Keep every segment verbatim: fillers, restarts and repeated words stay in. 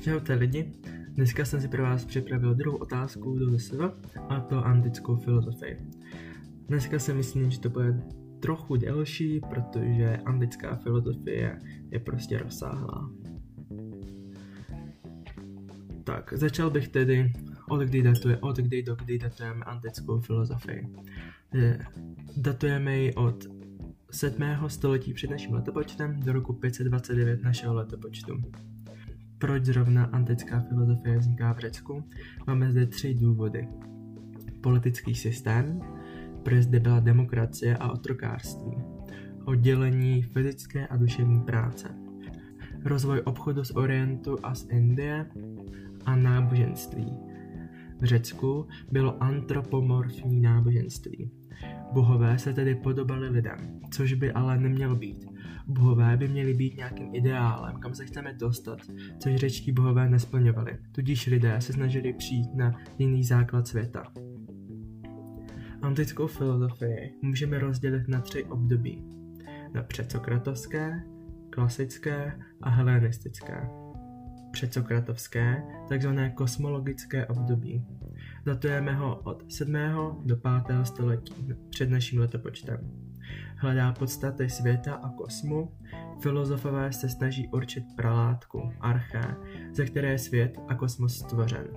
Čaute lidi, dneska jsem si pro vás připravil druhou otázku do Z S V, a to antickou filozofii. Dneska si myslím, že to bude trochu delší, protože antická filozofie je prostě rozsáhlá. Tak, začal bych tedy, od kdy datuje, od kdy do kdy datujeme antickou filozofii. Datujeme ji od sedmého století před naším letopočtem do roku pět set dvacet devět našeho letopočtu. Proč zrovna antická filozofie vzniká v Řecku? Máme zde tři důvody. Politický systém, protože zde byla demokracie a otrokářství, oddělení fyzické a duševní práce, rozvoj obchodu z Orientu a z Indie a náboženství. V Řecku bylo antropomorfní náboženství. Bohové se tedy podobali lidem, což by ale nemělo být. Bohové by měli být nějakým ideálem, kam se chceme dostat, což řečtí bohové nesplňovali. Tudíž lidé se snažili přijít na jiný základ světa. Antickou filozofii můžeme rozdělit na tři období. Na předsokratovské, klasické a helenistické. Předsokratovské, takzvané kosmologické období. Datujeme ho od sedmého do pátého století před naším letopočtem. Hledá podstaty světa a kosmu, filozofové se snaží určit pralátku, arché, ze které je svět a kosmos stvořen.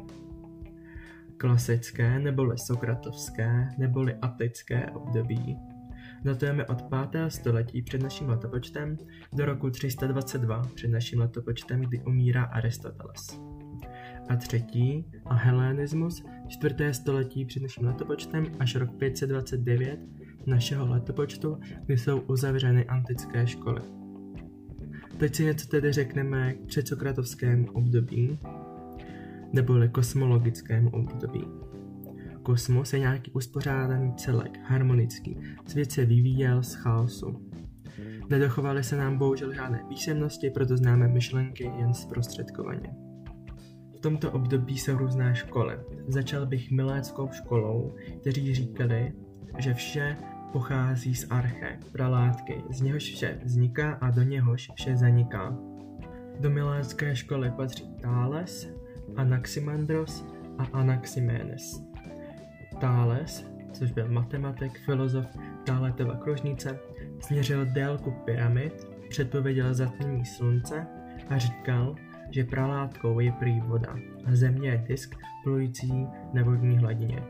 Klasické neboli sokratovské neboli atické období datujeme od pátého století před naším letopočtem do roku tři sta dvacet dva před naším letopočtem, kdy umírá Aristoteles. A třetí, a helenismus, čtvrté století před naším letopočtem až rok pět set dvacet devět našeho letopočtu, kdy jsou uzavřeny antické školy. Teď si něco tedy řekneme k předsokratovskému období, neboli kosmologickému období. Kosmos je nějaký uspořádaný celek, harmonický, svět se vyvíjel z chaosu. Nedochovaly se nám bohužel žádné písemnosti, proto známe myšlenky jen zprostředkovaně. V tomto období jsou různé školy. Začal bych miléckou školou, kteří říkali, že vše pochází z arché, pralátky, z něhož vše vzniká a do něhož vše zaniká. Do milécké školy patří Thales, Anaximandros a Anaximenes. Thales, což byl matematik, filozof, Thaletova kružnice, změřil délku pyramid, předpověděl zatmění slunce a říkal, že pralátkou je prý voda a země je disk plující na vodní hladině.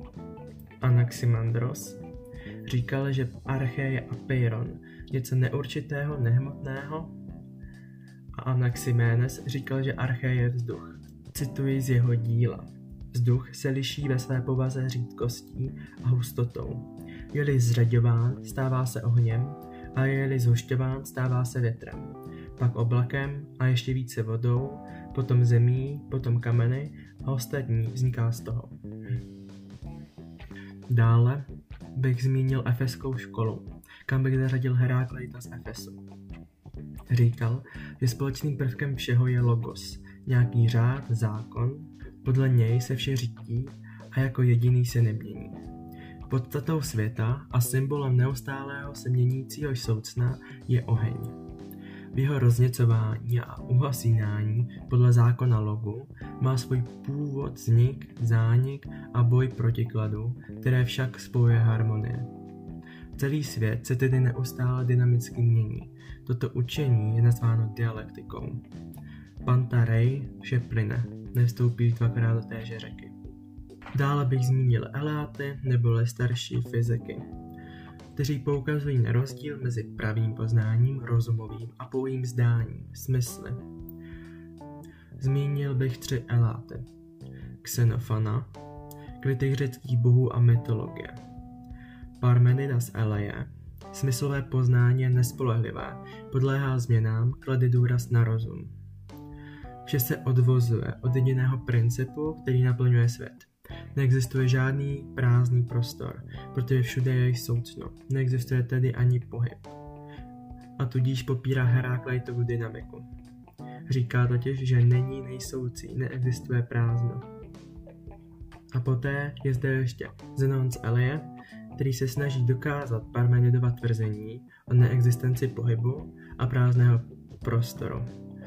Anaximandros říkal, že arché je apeiron, něco neurčitého, nehmotného, a Anaximenes říkal, že arché je vzduch. Cituji z jeho díla. Vzduch se liší ve své povaze řídkostí a hustotou. Je-li zřaďován, stává se ohněm, a je-li zhušťován, stává se větrem, pak oblakem a ještě více vodou, potom zemí, potom kameny a ostatní vzniká z toho. Dále bych zmínil efeskou školu, kam bych zařadil Heráklejta z Efesu. Říkal, že společným prvkem všeho je logos, nějaký řád, zákon, podle něj se vše řídí a jako jediný se nemění. Podstatou světa a symbolem neustálého se měnícího soucna je oheň. V jeho rozněcování a uhasínání podle zákona logu má svůj původ, vznik, zánik a boj protikladu, které však spojuje harmonie. Celý svět se tedy neustále dynamicky mění. Toto učení je nazváno dialektikou. Pantarej, vše plyne, nevstoupíš dvakrát do téže řeky. Dále bych zmínil eláty neboli starší fyziky, kteří poukazují na rozdíl mezi pravým poznáním, rozumovým a pouhým zdáním, smysly. Zmínil bych tři eláty. Xenofana, kritik řeckých bohů a mytologie. Parmenidas Eleje, smyslové poznání je nespolehlivé, podléhá změnám, klade důraz na rozum. Vše se odvozuje od jediného principu, který naplňuje svět. Neexistuje žádný prázdný prostor, protože všude je soucno. Neexistuje tedy ani pohyb. A tudíž popírá Heráklejtovu dynamiku. Říká totiž, že není nejsoucí, neexistuje prázdno. A poté je zde ještě Zenon z Eleje, který se snaží dokázat Parmenidova tvrzení o neexistenci pohybu a prázdného prostoru.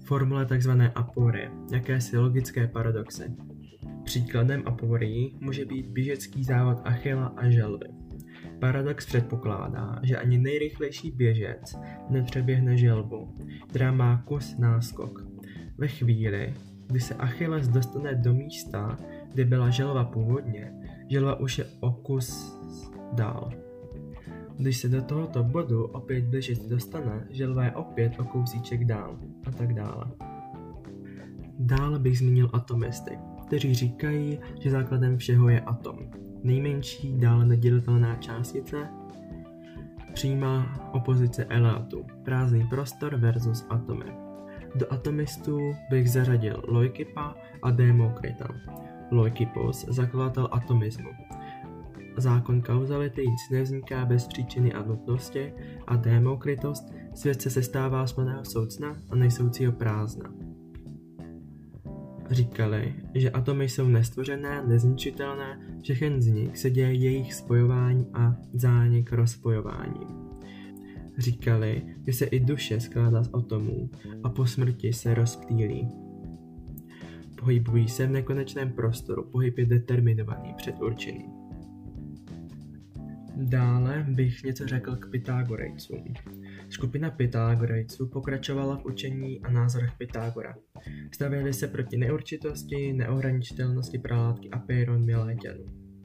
formule tzv. Aporie, jakési logické paradoxy. Příkladem aporii může být běžecký závod Achilla a želvy. Paradox předpokládá, že ani nejrychlejší běžec nepřeběhne želvu, která má kus náskok. Ve chvíli, kdy se Achilles dostane do místa, kde byla želva původně, želva už je o kus dál. Když se do tohoto bodu opět běžec dostane, želva je opět o kousíček dál a tak dále. Dále bych zmínil atomisty, kteří říkají, že základem všeho je atom. Nejmenší, dále nedělitelná částice, přímá opozice elátu, prázdný prostor versus atomy. Do atomistů bych zařadil Leucipa a Demokrita. Leucippus, zakladatel atomismu. Zákon kauzality, nic nevzniká bez příčiny a nutnosti, a Demokritos, svět se sestává z plného soucna a nejsoucího prázdna. Říkali, že atomy jsou nestvořené, nezničitelné, všechen z nich se děje jejich spojování a zánik rozpojováním. Říkali, že se i duše skládá z atomů a po smrti se rozptýlí. Pohybují se v nekonečném prostoru, pohyb je determinovaný, předurčený. Dále bych něco řekl k Pythagorejcům. Skupina Pythagorejců pokračovala v učení a názorech Pythagora. Stavěli se proti neurčitosti, neohraničitelnosti pralátky a Peyron Miléťanů.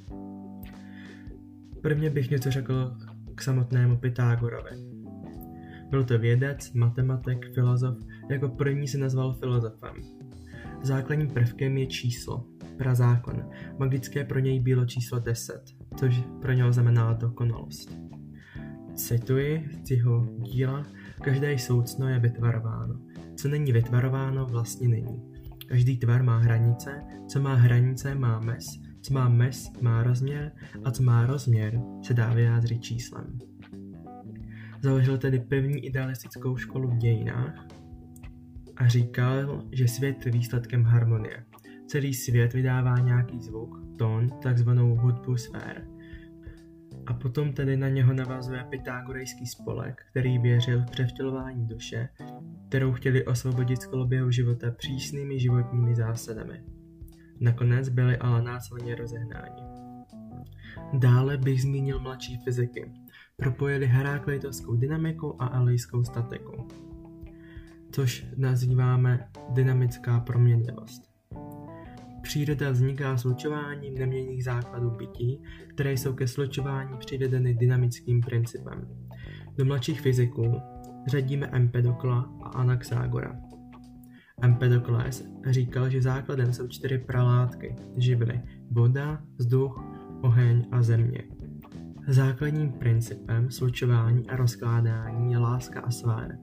Prvně bych něco řekl k samotnému Pythagorovi. Byl to vědec, matematik, filozof, jako první se nazval filozofem. Základním prvkem je číslo, prazákon. Magické pro něj bylo číslo deset, což pro něho znamená dokonalost. Cituji z jeho díla: každé soucno je vytvarováno. Co není vytvarováno, vlastně není. Každý tvar má hranice, co má hranice, má mez, co má mez, má rozměr a co má rozměr, se dá vyjádřit číslem. Založil tedy první idealistickou školu v dějinách a říkal, že svět je výsledkem harmonie. Celý svět vydává nějaký zvuk, tón, takzvanou hudbu sfér. A potom tedy na něho navazuje pythagorejský spolek, který věřil v převtělování duše, kterou chtěli osvobodit z koloběhu života přísnými životními zásadami. Nakonec byli ale násilně rozehnáni. Dále bych zmínil mladší fyziky. Propojili Herákleitovskou dynamiku a elejskou statiku, což nazýváme dynamická proměnlivost. Příroda vzniká slučováním neměnných základů bytí, které jsou ke slučování přivedeny dynamickým principem. Do mladších fyziků řadíme Empedokla a Anaxágora. Empedokles říkal, že základem jsou čtyři pralátky, živly: voda, vzduch, oheň a země. Základním principem slučování a rozkládání je láska a sfér.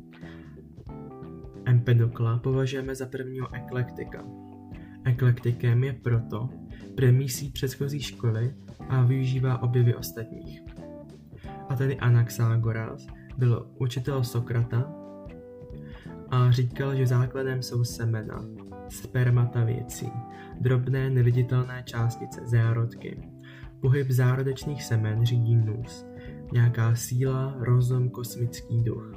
Empedokla považujeme za prvního eklektika. Eklektikem je proto, přemýšlí předchozí školy a využívá objevy ostatních. A tedy Anaxágoras byl učitel Sokrata a říkal, že základem jsou semena, spermata věcí, drobné neviditelné částice, zárodky. Pohyb zárodečných semen řídí nous, nějaká síla, rozum, kosmický duch.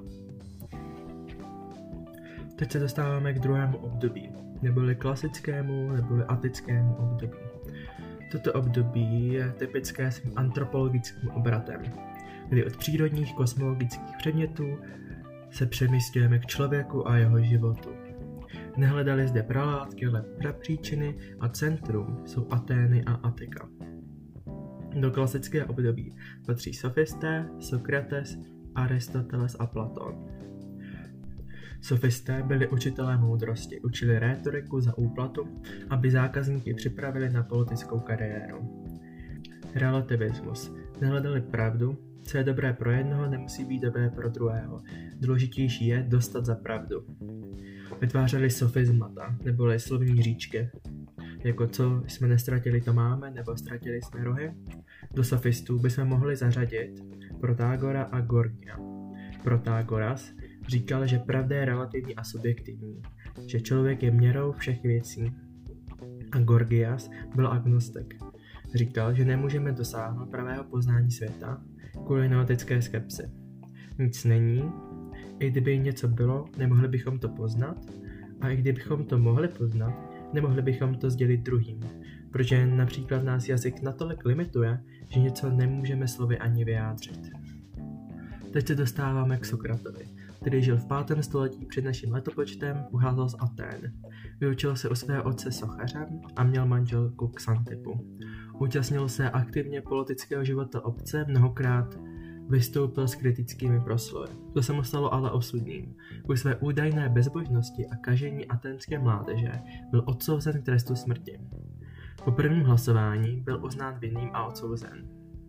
Teď se dostáváme k druhému období, neboli klasickému, neboli atickému období. Toto období je typické svým antropologickým obratem, kdy od přírodních kosmologických předmětů se přemísťujeme k člověku a jeho životu. Nehledali zde pralátky, ale prapříčiny a centrum jsou Atény a Atika. Do klasického období patří sofisté, Sokrates, Aristoteles a Platón. Sofisté byli učitelé moudrosti, učili rétoriku za úplatu, aby zákazníky připravili na politickou kariéru. Relativismus. Nehledali pravdu, co je dobré pro jednoho, nemusí být dobré pro druhého. Důležitější je dostat za pravdu. Vytvářeli sofismata, neboli slovní říčky, jako co jsme nestratili, to máme, nebo ztratili jsme rohy. Do sofistů bychom mohli zařadit Protágora a Gorgia. Protágoras říkal, že pravda je relativní a subjektivní, že člověk je měrou všech věcí. A Gorgias byl agnostik. Říkal, že nemůžeme dosáhnout pravého poznání světa kvůli neotické skepsi. Nic není, I kdyby něco bylo, nemohli bychom to poznat, a i kdybychom to mohli poznat, nemohli bychom to sdělit druhým, protože například nás jazyk natolik limituje, že něco nemůžeme slovy ani vyjádřit. Teď se dostáváme k Sokratovi, který žil v pátém století před naším letopočtem, pocházel z Atén. Vyučil se u svého otce Sochaře a měl manželku Xantipu. Účastnil se aktivně politického života obce, mnohokrát vystoupil s kritickými proslovy. To se mu stalo ale osudným. Kvůli své údajné bezbožnosti a kažení aténské mládeže byl odsouzen k trestu smrti. Po prvním hlasování byl uznán vinným a odsouzen.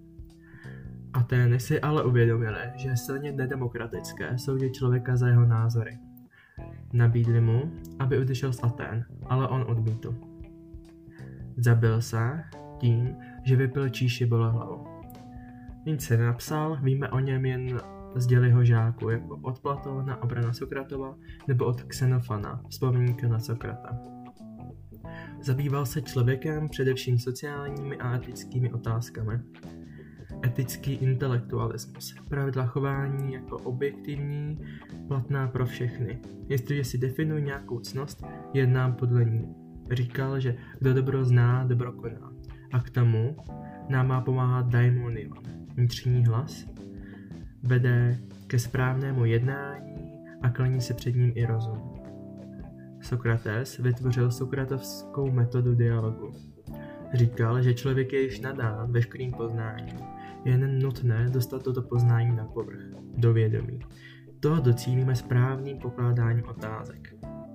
Atény si ale uvědomili, že je silně nedemokratické soudit člověka za jeho názory. Nabídli mu, aby odešel z Atén, ale on odmítl. Zabil se tím, že vypil číši bolehlavu. Nic se napsal, víme o něm jen z děl jeho žáků, jako od Platóna, obrana Sokratova, nebo od Xenofana, vzpomínka na Sokrata. Zabýval se člověkem především sociálními a etickými otázkami. Etický intelektualismus, pravidla chování jako objektivní, platná pro všechny. Jestliže si definuji nějakou ctnost, jednám podle ní. Říkal, že kdo dobro zná, dobro koná. A k tomu nám má pomáhat daimonion, vnitřní hlas, vede ke správnému jednání a klaní se před ním i rozum. Sokrates vytvořil sokratovskou metodu dialogu. Říkal, že člověk je již nadán veškerým poznáním. Je jen nutné dostat toto poznání na povrch, do vědomí. Toho docílíme správným pokládáním otázek.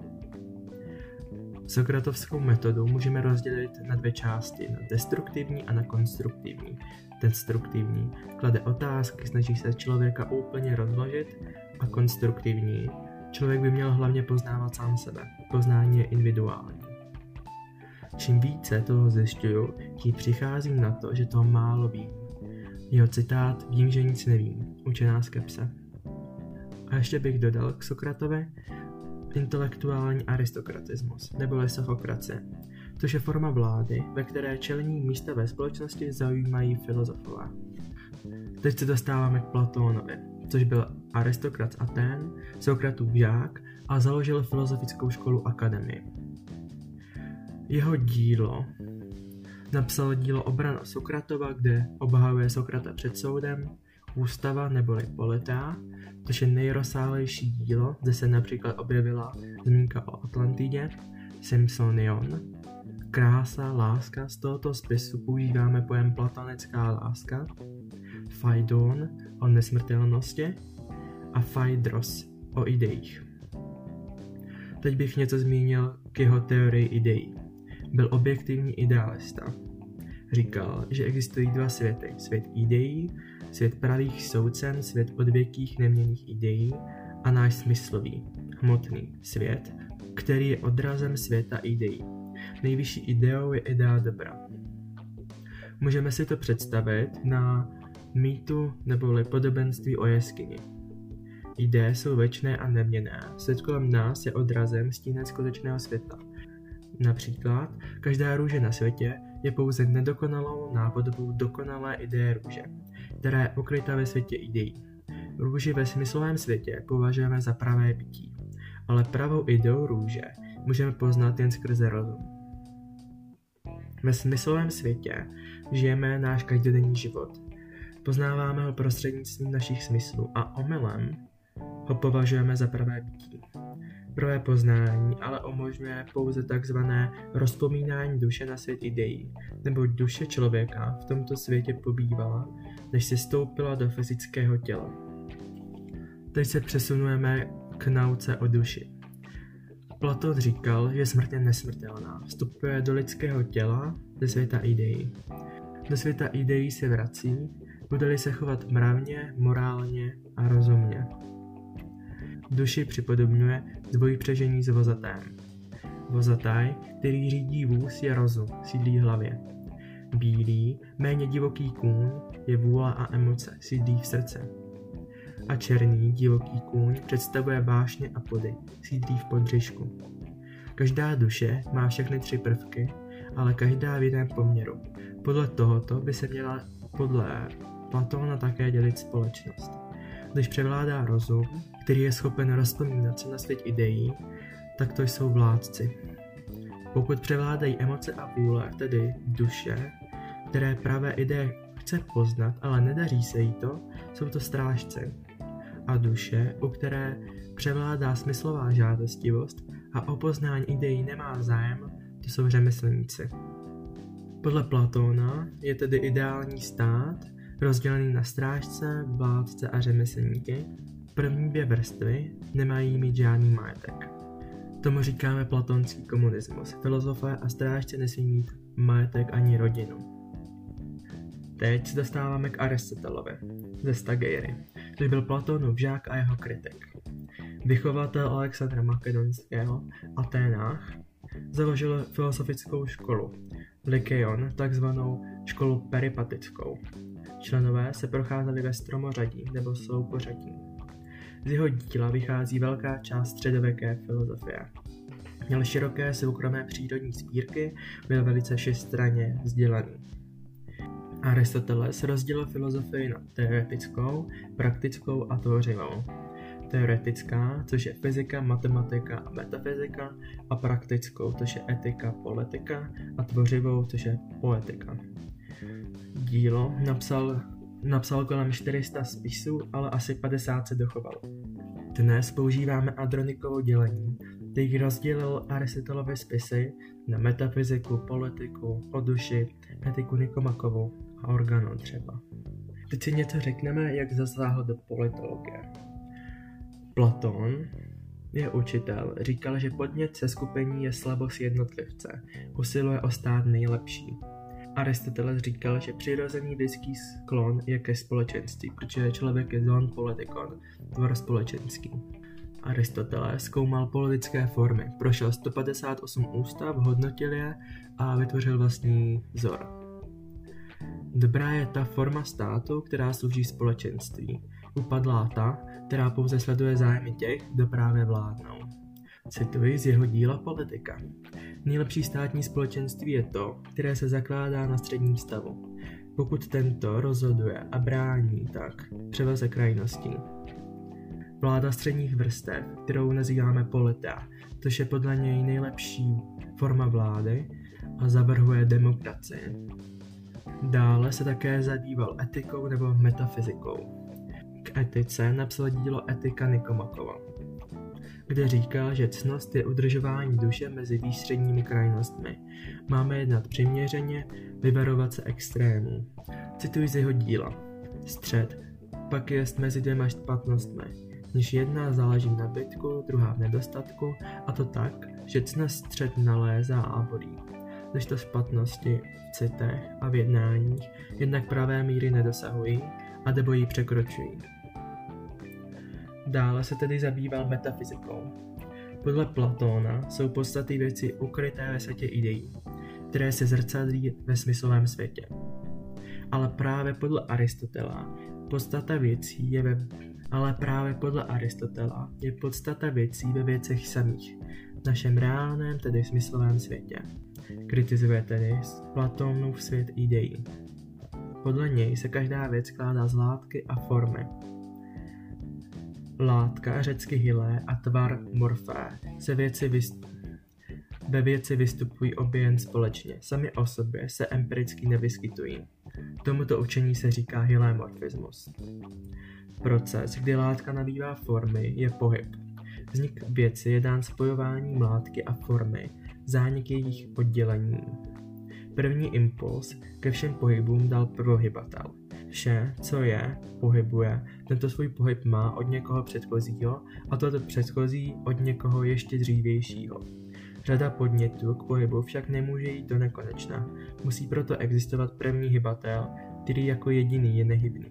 Sokratovskou metodu můžeme rozdělit na dvě části, na destruktivní a na konstruktivní. Destruktivní klade otázky, snaží se člověka úplně rozložit, a konstruktivní člověk by měl hlavně poznávat sám sebe. Poznání je individuální. Čím více toho zjišťuju, tím přicházím na to, že toho málo vím. Jeho citát "Vím, že nic nevím" učená skepse. A ještě bych dodal k Sokratovi intelektuální aristokratismus, neboli sofokracie, což je forma vlády, ve které čelní místa ve společnosti zaujímají filozofové. Teď se dostáváme k Platónovi, což byl aristokrat z Atén, Sokratův žák a založil filozofickou školu Akademii. Jeho dílo napsal dílo Obrana Sokratova, kde obhajuje Sokrata před soudem, Ústava neboli Politá, což je nejrozsáhlejší dílo, kde se například objevila zmínka o Atlantidě, Simsonion, krása, láska. Z tohoto spisu používáme pojem platonická láska, Phaidon o nesmrtelnosti a Phaidros o ideích. Teď bych něco zmínil k jeho teorii ideí. Byl objektivní idealista. Říkal, že existují dva světy. Svět ideí, svět pravých soucen, svět odvěkých neměnných ideí a náš smyslový, hmotný svět, který je odrazem světa ideí. Nejvyšší ideou je idea dobra. Můžeme si to představit na mýtu neboli podobenství o jeskyni. Ideje jsou večné a neměnné. Svět kolem nás je odrazem stínem skutečného světa. Například, každá růže na světě je pouze nedokonalou nápodobou dokonalé ideje růže, která je pokryta ve světě ideí. Růži ve smyslovém světě považujeme za pravé bytí, ale pravou ideou růže můžeme poznat jen skrze rozum. Ve smyslovém světě žijeme náš každodenní život. Poznáváme ho prostřednictvím našich smyslů a omylem ho považujeme za pravé bytí. Pravé poznání ale umožňuje pouze takzvané rozpomínání duše na svět ideí, neboť duše člověka v tomto světě pobývala, než se stoupila do fyzického těla. Teď se přesunujeme k nauce o duši. Platón říkal, že smrt je nesmrtelná, vstupuje do lidského těla, ze světa ideí. Do světa ideí se vrací, bude-li se chovat mravně, morálně a rozumně. Duši připodobňuje dvojí přežení s vozatem. Vozataj, který řídí vůz, je rozum, sídlí v hlavě. Bílý, méně divoký kůň je vůle a emoce, sídlí v srdce. A černý, divoký kůň představuje vášně a pody, sídlí v podbřišku. Každá duše má všechny tři prvky, ale každá v jiném poměru. Podle tohoto by se měla podle Platóna také dělit společnost. Když převládá rozum, který je schopen rozpomínat se na svět ideí, tak to jsou vládci. Pokud převládají emoce a vůle, tedy duše, které pravé ideje chce poznat, ale nedaří se jí to, jsou to strážci. A duše, u které převládá smyslová žádostivost a o poznání ideí nemá zájem, to jsou řemeslníci. Podle Platóna je tedy ideální stát rozdělený na strážce, vládce a řemeslníky. První dvě vrstvy nemají mít žádný majetek. Tomu říkáme platonský komunismus. Filozofé a strážci nesmí mít majetek ani rodinu. Teď se dostáváme k Aristotelovi ze Stageiry, což byl Platonův žák a jeho kritik. Vychovatel Alexandra Makedonského v Aténách založil filozofickou školu Lykeion, takzvanou školu peripatickou. Členové se procházeli ve stromořadí nebo soupořadí. Z jeho díla vychází velká část středověké filozofie. Měl široké soukromé přírodní sbírky, byl velice všestranně vzdělaný. Aristoteles rozdělil filozofii na teoretickou, praktickou a tvořivou. Teoretická, což je fyzika, matematika a metafyzika, a praktickou, což je etika, politika, a tvořivou, což je poetika. Dílo napsal, napsal kolem čtyři sta spisů, ale asi padesát se dochovalo. Dnes používáme Andronikovo dělení, který rozdělil Aristotelovy spisy na metafyziku, politiku, o duši, etiku Nikomakovu a organon třeba. Teď si něco řekneme, jak zasáhl do politologie. Platón je učitel, říkal, že podnět seskupení je slabost jednotlivce, usiluje o stát nejlepší. Aristoteles říkal, že přirozený lidský sklon je ke společenství, protože člověk je zoon politikon, tvor společenský. Aristoteles zkoumal politické formy, prošel sto padesát osm ústav, hodnotil je a vytvořil vlastní vzor. Dobrá je ta forma státu, která slouží společenství. Upadlá ta, která pouze sleduje zájmy těch, kdo právě vládnou. Cituji z jeho díla Politika. Nejlepší státní společenství je to, které se zakládá na středním stavu. Pokud tento rozhoduje a brání, tak převeze krajností. Vláda středních vrstev, kterou nazýváme politea, což je podle něj nejlepší forma vlády a zavrhuje demokracii. Dále se také zabýval etikou nebo metafyzikou. K etice napsal dílo Etika Nikomakova, kde říká, že ctnost je udržování duše mezi výstředními krajnostmi. Máme jednat přiměřeně, vyvarovat se extrémů. Cituji z jeho díla. Střed pak jest mezi dvěma špatnostmi, než jedna záleží na bytku, druhá v nedostatku, a to tak, že ctnost střed nalézá a bolí. Když to špatnosti v citech a v jednáních jednak pravé míry nedosahují a nebo ji překročují. Dále se tedy zabýval metafyzikou. Podle Platóna jsou podstaty věci ukryté ve světě ideí, které se zrcadlí ve smyslovém světě. Ale právě podle Aristotela podstata věcí je ve ale právě podle Aristotela je podstata věcí ve věcech samých, v našem reálném, tedy smyslovém světě. Kritizuje tedy Platónův svět ideí. Podle něj se každá věc skládá z látky a formy. Látka, řecky hylé, a tvar morfé se věci vyst... ve věci vystupují obě jen společně, sami o sobě se empiricky nevyskytují. Tomuto učení se říká hylémorfismus. Proces, kdy látka nabývá formy, je pohyb. Vznik věci je dán spojováním látky a formy, zánik jejich oddělení. První impuls ke všem pohybům dal prvohybatel. Vše, co je, pohybuje, tento svůj pohyb má od někoho předchozího a toto předchozí od někoho ještě dřívějšího. Řada podnětů k pohybu však nemůže jít do nekonečna, musí proto existovat první hybatel, který jako jediný je nehybný.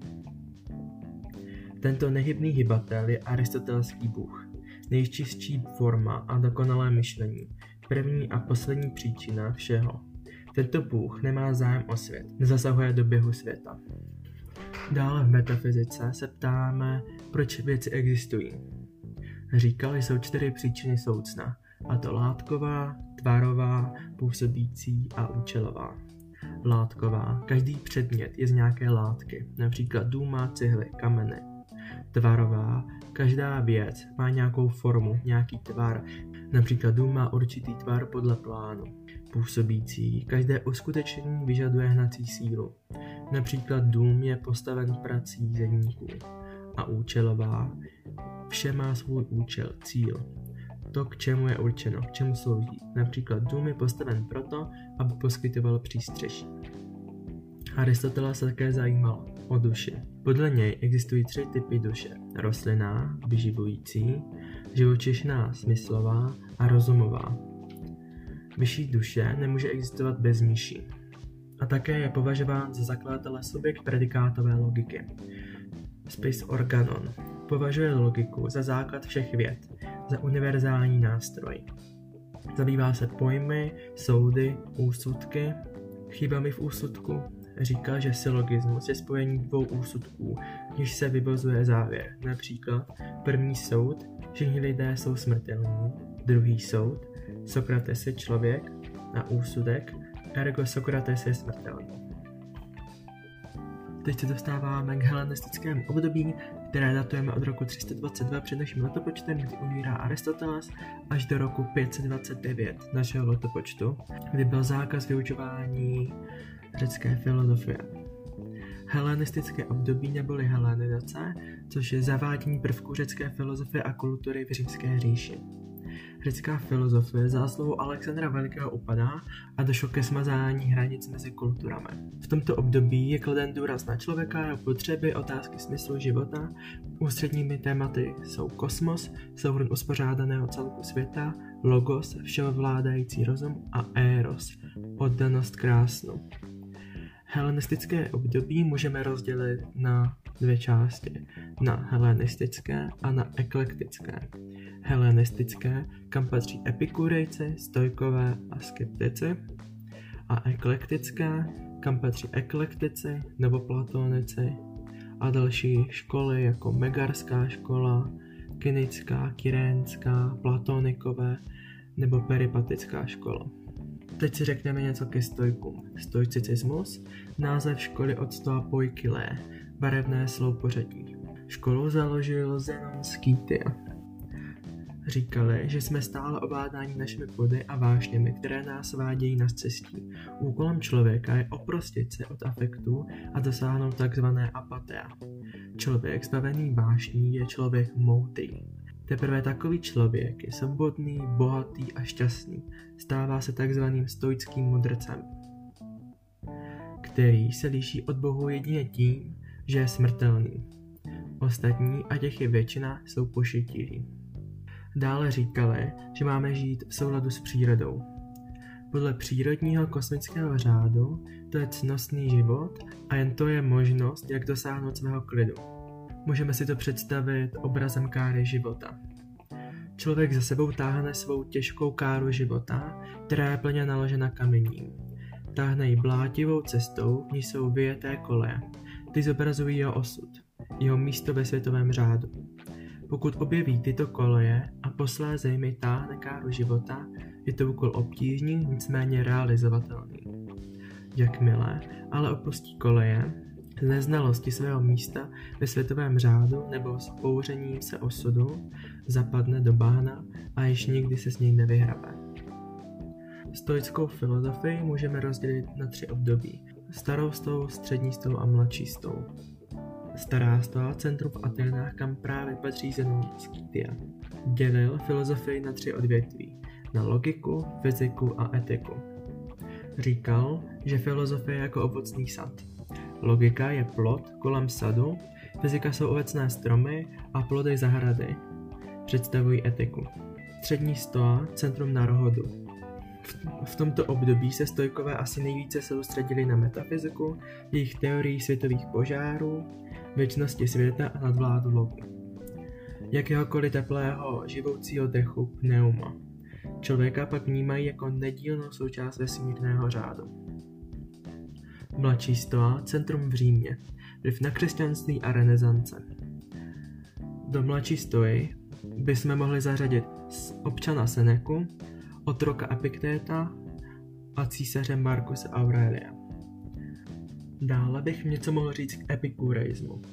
Tento nehybný hybatel je aristotelský bůh, nejčistší forma a dokonalé myšlení, první a poslední příčina všeho. Tento bůh nemá zájem o svět, nezasahuje do běhu světa. Dále v metafyzice se ptáme, proč věci existují. Říkal, že jsou čtyři příčiny soucna, a to látková, tvarová, působící a účelová. Látková, každý předmět je z nějaké látky, například dům má cihly, kameny. Tvarová. Každá věc má nějakou formu, nějaký tvar. Například dům má určitý tvar podle plánu. Působící. Každé uskutečnění vyžaduje hnací sílu. Například dům je postaven prací dělníků. A účelová. Vše má svůj účel, cíl. To, k čemu je určeno, k čemu slouží. Například dům je postaven proto, aby poskytoval přístřeší. Aristoteles se také zajímal o duši. Podle něj existují tři typy duše. Rostlinná, vyživující, živočišná, smyslová a rozumová. Vyšší duše nemůže existovat bez nižší. A také je považován za zakladatele subjekt predikátové logiky. Spis Organon považuje logiku za základ všech věd, za univerzální nástroj. Zabývá se pojmy, soudy, úsudky, chybami v úsudku. Říkal, že syllogismus je spojení dvou úsudků, když se vyvozuje závěr. Například první soud, všichni lidé jsou smrtelní, druhý soud, Sokrates je člověk a úsudek, ergo Sokrates je smrtelný. Teď se dostáváme k helenistickému období, které datujeme od roku tři sta dvacet dva před naším letopočtem, kdy umírá Aristoteles, až do roku pět set dvacet devět našeho letopočtu, kdy byl zákaz vyučování řecké filozofie. Helenistické období neboli helenizace, což je zavádění prvků řecké filozofie a kultury v římské říši. Řecká filozofie zásluhou Alexandra Velikého upadá a došlo ke smazání hranic mezi kulturami. V tomto období je kladen důraz na člověka, jeho potřeby, otázky smyslu života. Ústředními tématy jsou kosmos, souhrn uspořádaného celku světa, logos, všeovládající rozum a éros, oddanost krásnu. Helenistické období můžeme rozdělit na dvě části, na helenistické a na eklektické. Helenistické, kam patří epikurejci, stojkové a skeptici, a eklektické, kam patří eklektici, novoplatonici a další školy jako Megarská škola, Kynická, Kyrénská, Platonikové nebo Peripatická škola. Teď si řekneme něco ke stojkům. Stoicismus, název školy od stoa poikilé, barevné sloupořadí. Školu založil Zenon z Kýtia. Říkali, že jsme stále ovládáni našimi pody a vášněmi, které nás vádějí na cestí. Úkolem člověka je oprostit se od afektů a dosáhnout takzvané apatia. Člověk zbavený vášní je člověk moudrý. Teprve takový člověk je svobodný, bohatý a šťastný. Stává se takzvaným stoickým mudrcem, který se liší od Bohu jedině tím, že je smrtelný. Ostatní, a těch je většina, jsou pošetilí. Dále říkali, že máme žít v souladu s přírodou. Podle přírodního kosmického řádu to je cnostný život a jen to je možnost, jak dosáhnout svého klidu. Můžeme si to představit obrazem káry života. Člověk za sebou táhne svou těžkou káru života, která je plně naložena kamením. Táhne ji blátivou cestou, v níž jsou vyjeté koleje. Ty zobrazují jeho osud, jeho místo ve světovém řádu. Pokud objeví tyto koleje a posléze jimi táhne káru života, je to úkol obtížný, nicméně realizovatelný. Jakmile ale opustí koleje, z neznalosti svého místa ve světovém řádu nebo s pouřením se osudu zapadne do bahna a již nikdy se s něj nevyhrabe. Stoickou filozofii můžeme rozdělit na tři období. Starou stou, střední stou a mladší stou. Stará stoa, centrum v Aténách, kam právě patří Zenon z Kýtia, dělil filozofii na tři odvětví, na logiku, fyziku a etiku. Říkal, že filozofie je jako ovocný sad. Logika je plod kolem sadu, fyzika jsou ovocné stromy a plody zahrady. Představují etiku. Střední stoa, centrum národu. V, v tomto období se stojkové asi nejvíce soustředili na metafyziku, jejich teorií světových požárů, věčnosti světa a nadvládu logu. Jakéhokoliv teplého, živoucího dechu pneuma. Člověka pak vnímají jako nedílnou součást vesmírného řádu. Mladší stoa, centrum v Římě, vliv na křesťanství a renesance. Do mladší stoji bychom mohli zařadit občana Seneku, otroka Epiktéta a císaře Marcuse Aurelia. Dále bych něco mohl říct k epikureismu.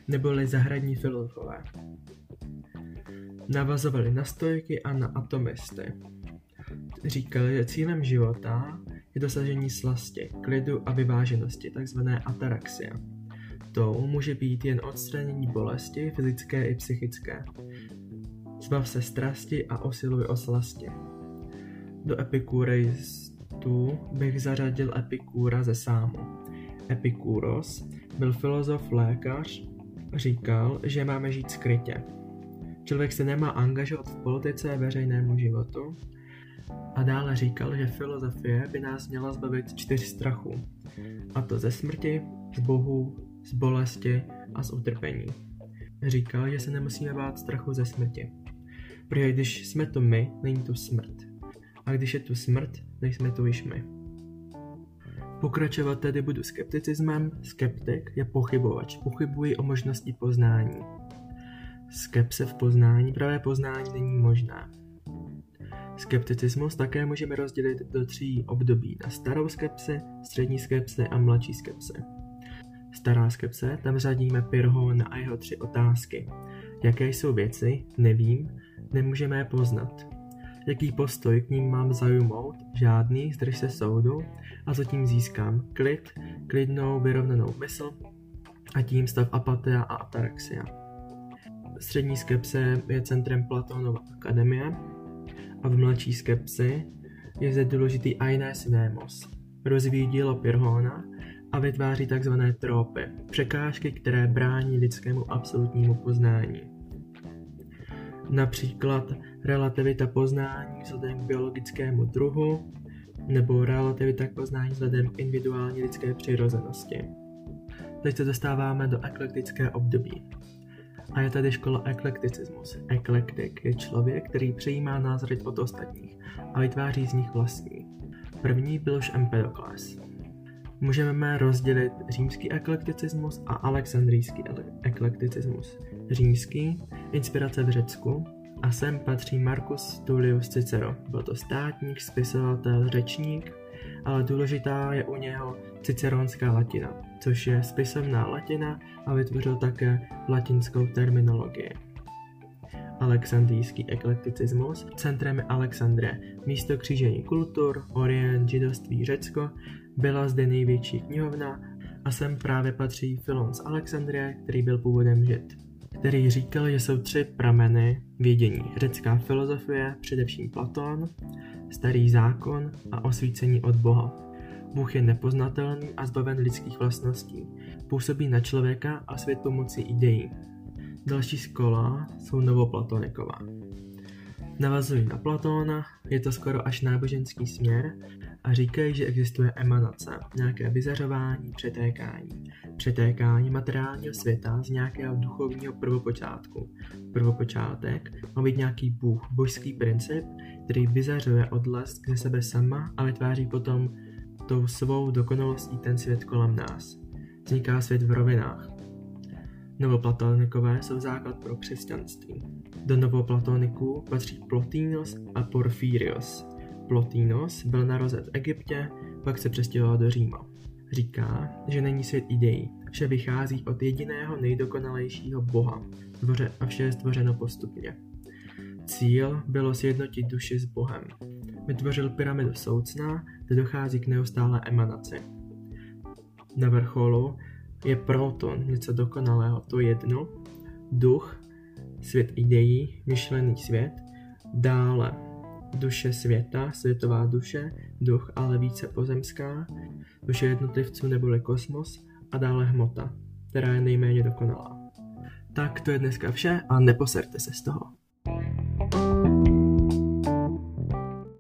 neboli zahradní filozofové. Navazovali na stoiky a na atomisty. Říkali, že cílem života je dosažení slasti, klidu a vyváženosti, takzvané ataraxie. Tou může být jen odstranění bolesti, fyzické i psychické. Zbav se strasti a osiluj o slasti. Do epikureistů bych zařadil Epikura ze Sámu. Epikuros byl filozof, lékař, říkal, že máme žít skrytě. Člověk se nemá angažovat v politice a veřejnému životu. A dále říkal, že filozofie by nás měla zbavit čtyř strachů. A to ze smrti, z bohů, z bolesti a z utrpení. Říkal, že se nemusíme bát strachu ze smrti. Protože když jsme to my, není tu smrt. A když je tu smrt, nejsme tu již my. Pokračovat tedy budu skepticismem. Skeptik je pochybovač. Pochybuji o možnosti poznání. Skepse v poznání, pravé poznání není možné. Skepticismus také můžeme rozdělit do tří období: na starou skepsi, střední skepsi a mladší skepsi. Stará skepse, tam řadíme Pyrrhona a jeho tři otázky. Jaké jsou věci? Nevím, nemůžeme je poznat. Jaký postoj k ním mám zaujmout? Žádný, zdrž se soudu. A co tím získám? Klid, klidnou, vyrovnanou mysl a tím stav apatia a ataraxia. Střední skepse je centrem Platónova akademie a v mladší skepsi je zde důležitý Aeneas Nemos. Rozvíjí dílo Pyrrhona a vytváří tzv. Trópy, překážky, které brání lidskému absolutnímu poznání. Například relativita poznání vzhledem k biologickému druhu nebo relativita k poznání vzhledem k individuální lidské přirozenosti. Teď se dostáváme do eklektické období. A je tady škola eklekticismus. Eklektik je člověk, který přijímá názory od ostatních a vytváří z nich vlastní. První byl už Empedokles. Můžeme rozdělit římský eklekticismus a alexandrijský eklekticismus. Římský, inspirace v Řecku, a sem patří Marcus Tullius Cicero. Byl to státník, spisovatel, řečník, ale důležitá je u něho ciceronská latina, což je spisovná latina, a vytvořil také latinskou terminologii. Alexandrijský eklekticismus, centrem je Alexandrie, místo křížení kultur, Orient, židovství, Řecko, byla zde největší knihovna a sem právě patří Filon z Alexandrie, který byl původem Žid, který říkal, že jsou tři prameny vědění: řecká filozofie, především Platón, starý zákon a osvícení od Boha. Bůh je nepoznatelný a zbaven lidských vlastností. Působí na člověka a svět pomocí ideí. Další škola jsou novoplatonikové. Navazují na Platóna, je to skoro až náboženský směr a říkají, že existuje emanace, nějaké vyzařování, přetékání. Přetékání materiálního světa z nějakého duchovního prvopočátku. Prvopočátek má být nějaký Bůh, božský princip, který vyzařuje odlesk ze sebe sama a vytváří potom tou svou dokonalostí ten svět kolem nás. Vzniká svět v rovinách. Novoplatonikové jsou základ pro křesťanství. Do novoplatoniků patří Plotinos a Porfírios. Plotinos byl narozen v Egyptě, pak se přestěhoval do Říma. Říká, že není svět ideí, vše vychází od jediného nejdokonalejšího Boha, tvoře a vše je stvořeno postupně. Cíl bylo sjednotit duši s Bohem. Vytvořil pyramidu soucna, kde dochází k neustálé emanaci. Na vrcholu je proton, něco dokonalého, to jedno, duch, svět ideí, myšlený svět, dále duše světa, světová duše, duch, ale více pozemská, duše jednotlivců neboli kosmos a dále hmota, která je nejméně dokonalá. Tak to je dneska vše a neposerte se z toho.